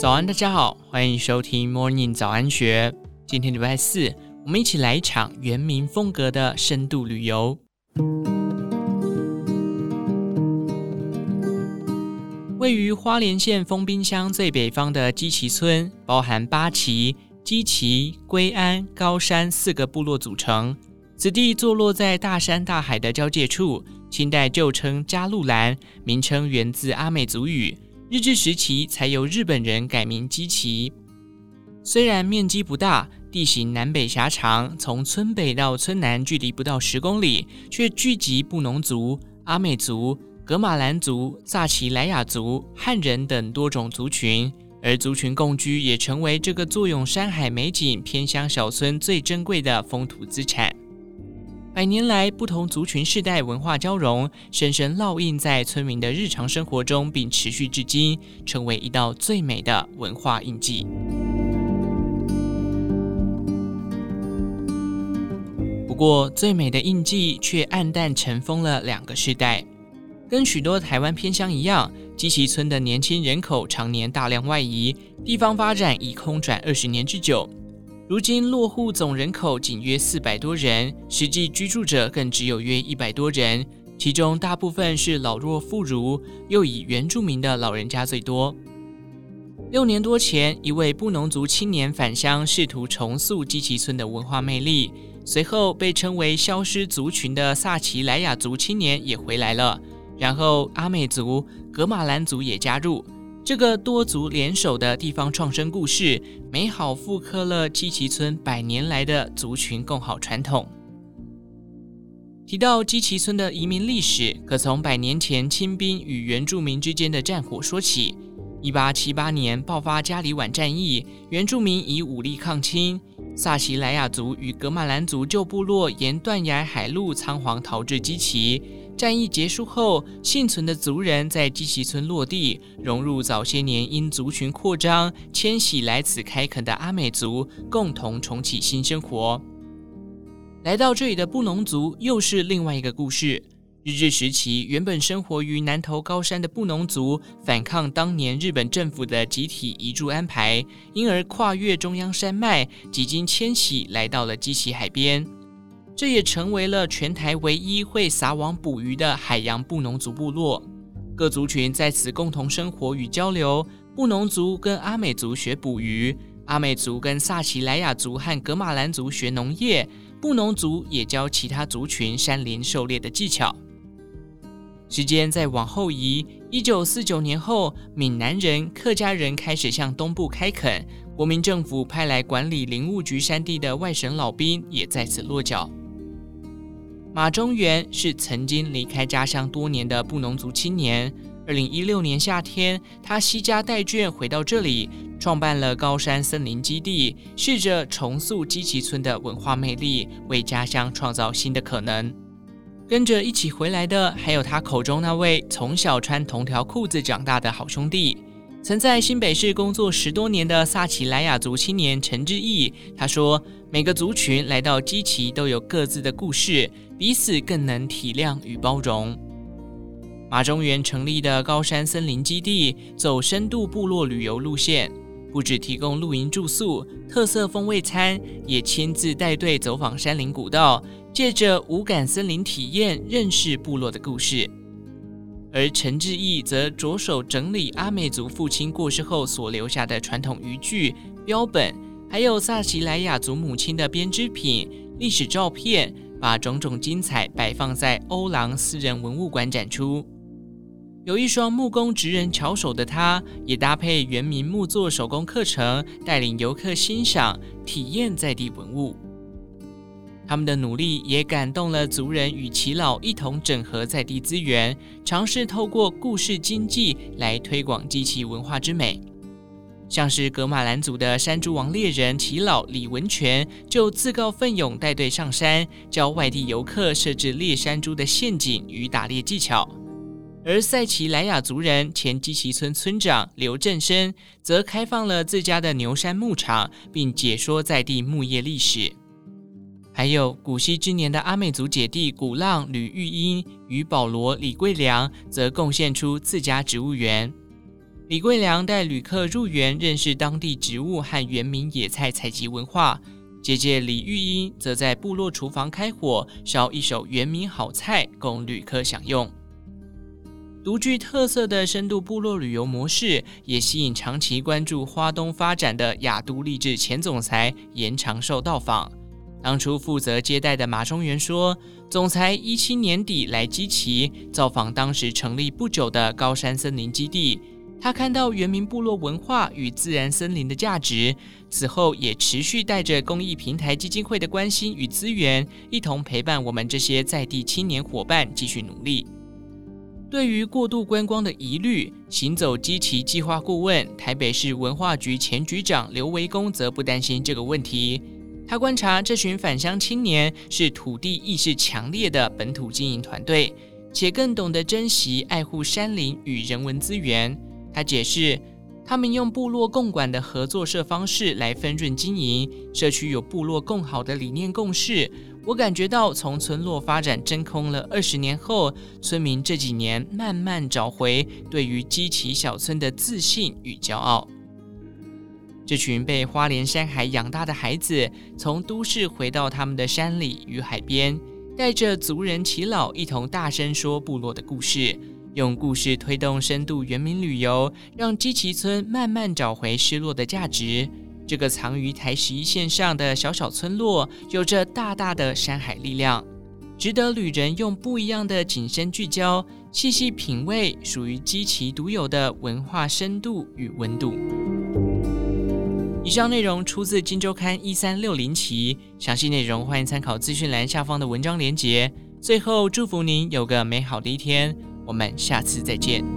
早安，大家好，欢迎收听 Morning 早安学。今天礼拜四，我们一起来一场原民风格的深度旅游。位于花莲县丰滨乡最北方的基奇村，包含八奇、基奇、龟安、高山4个部落组成。此地坐落在大山大海的交界处，清代旧称加路兰，名称源自阿美族语，日治时期才由日本人改名基奇。虽然面积不大，地形南北狭长，从村北到村南距离不到10公里，却聚集布农族、阿美族、噶玛兰族、萨奇莱雅族、汉人等多种族群，而族群共居也成为这个坐拥山海美景偏乡小村最珍贵的风土资产。100年来，不同族群世代文化交融，深深烙印在村民的日常生活中，并持续至今，成为一道最美的文化印记。不过，最美的印记却黯淡尘封了2个世代。跟许多台湾偏乡一样，基奇村的年轻人口常年大量外移，地方发展已空转20年之久。如今落户总人口仅约400多人，实际居住者更只有约100多人，其中大部分是老弱妇孺，又以原住民的老人家最多。6年多前，一位布农族青年返乡，试图重塑基奇村的文化魅力。随后被称为消失族群的萨奇莱雅族青年也回来了，然后阿美族、噶玛兰族也加入。这个多族联手的地方创生故事，美好复刻了基奇村100年来的族群共好传统。提到基奇村的移民历史，可从100年前清兵与原住民之间的战火说起。1878年爆发加里晚战役，原住民以武力抗清，萨奇莱雅族与噶玛兰族旧部落沿断崖海路仓皇逃至基奇。战役结束后，幸存的族人在基奇村落地，融入早些年因族群扩张迁徙来此开垦的阿美族，共同重启新生活。来到这里的布农族又是另外一个故事。日治时期，原本生活于南投高山的布农族反抗当年日本政府的集体移住安排，因而跨越中央山脉，几经迁徙来到了基奇海边。这也成为了全台唯一会撒网捕鱼的海洋布农族部落。各族群在此共同生活与交流，布农族跟阿美族学捕鱼，阿美族跟萨奇莱雅族和噶玛兰族学农业，布农族也教其他族群山林狩猎的技巧。时间再往后移，1949年后，闽南人、客家人开始向东部开垦，国民政府派来管理林务局山地的外省老兵也在此落脚。马中原是曾经离开家乡多年的布农族青年。2016年夏天，他携家带眷回到这里，创办了高山森林基地，试着重塑基奇村的文化魅力，为家乡创造新的可能。跟着一起回来的，还有他口中那位从小穿同条裤子长大的好兄弟。曾在新北市工作10多年的萨奇莱雅族青年陈志毅，他说，每个族群来到基奇都有各自的故事，彼此更能体谅与包容。马中原成立的高山森林基地走深度部落旅游路线，不只提供露营住宿、特色风味餐，也亲自带队走访山林古道，借着无感森林体验认识部落的故事。而陈志毅则着手整理阿美族父亲过世后所留下的传统渔具、标本，还有萨奇莱雅族母亲的编织品、历史照片，把种种精彩摆放在欧郎私人文物馆展出。有一双木工职人巧手的他，也搭配原民木作手工课程，带领游客欣赏、体验在地文物。他们的努力也感动了族人与耆老一同整合在地资源，尝试透过故事经济来推广基奇文化之美。像是噶玛兰族的山猪王猎人耆老李文全，就自告奋勇带队上山，教外地游客设置猎山猪的陷阱与打猎技巧。而赛奇莱雅族人前基奇村村长刘振生，则开放了自家的牛山牧场，并解说在地牧业历史。还有古稀之年的阿美族姐弟古浪吕玉英与保罗李桂良，则贡献出自家植物园。 李桂良带旅客入园认识当地植物和原民野菜采集文化，姐姐李玉英则在部落厨房开火，烧一手原民好菜供旅客享用。独具特色的深度部落旅游模式，也吸引长期关注花东发展的亚都励志前总裁严长寿到访。当初负责接待的马中元说，总裁17年底来基奇造访当时成立不久的高山森林基地，他看到原民部落文化与自然森林的价值，此后也持续带着公益平台基金会的关心与资源，一同陪伴我们这些在地青年伙伴继续努力。对于过度观光的疑虑，行走基奇计划顾问、台北市文化局前局长刘维公则不担心这个问题。他观察这群返乡青年是土地意识强烈的本土经营团队，且更懂得珍惜爱护山林与人文资源。他解释，他们用部落共管的合作社方式来分润经营，社区有部落共好的理念共识。我感觉到从村落发展真空了20年后，村民这几年慢慢找回对于基奇小村的自信与骄傲。这群被花莲山海养大的孩子，从都市回到他们的山里与海边，带着族人耆老一同大声说部落的故事，用故事推动深度原民旅游，让基奇村慢慢找回失落的价值。这个藏于台11线上的小小村落，有着大大的山海力量，值得旅人用不一样的景深聚焦，细细品味属于基奇独有的文化深度与温度。以上内容出自《今周刊》1360期，详细内容欢迎参考资讯栏下方的文章连结。最后祝福您有个美好的一天，我们下次再见。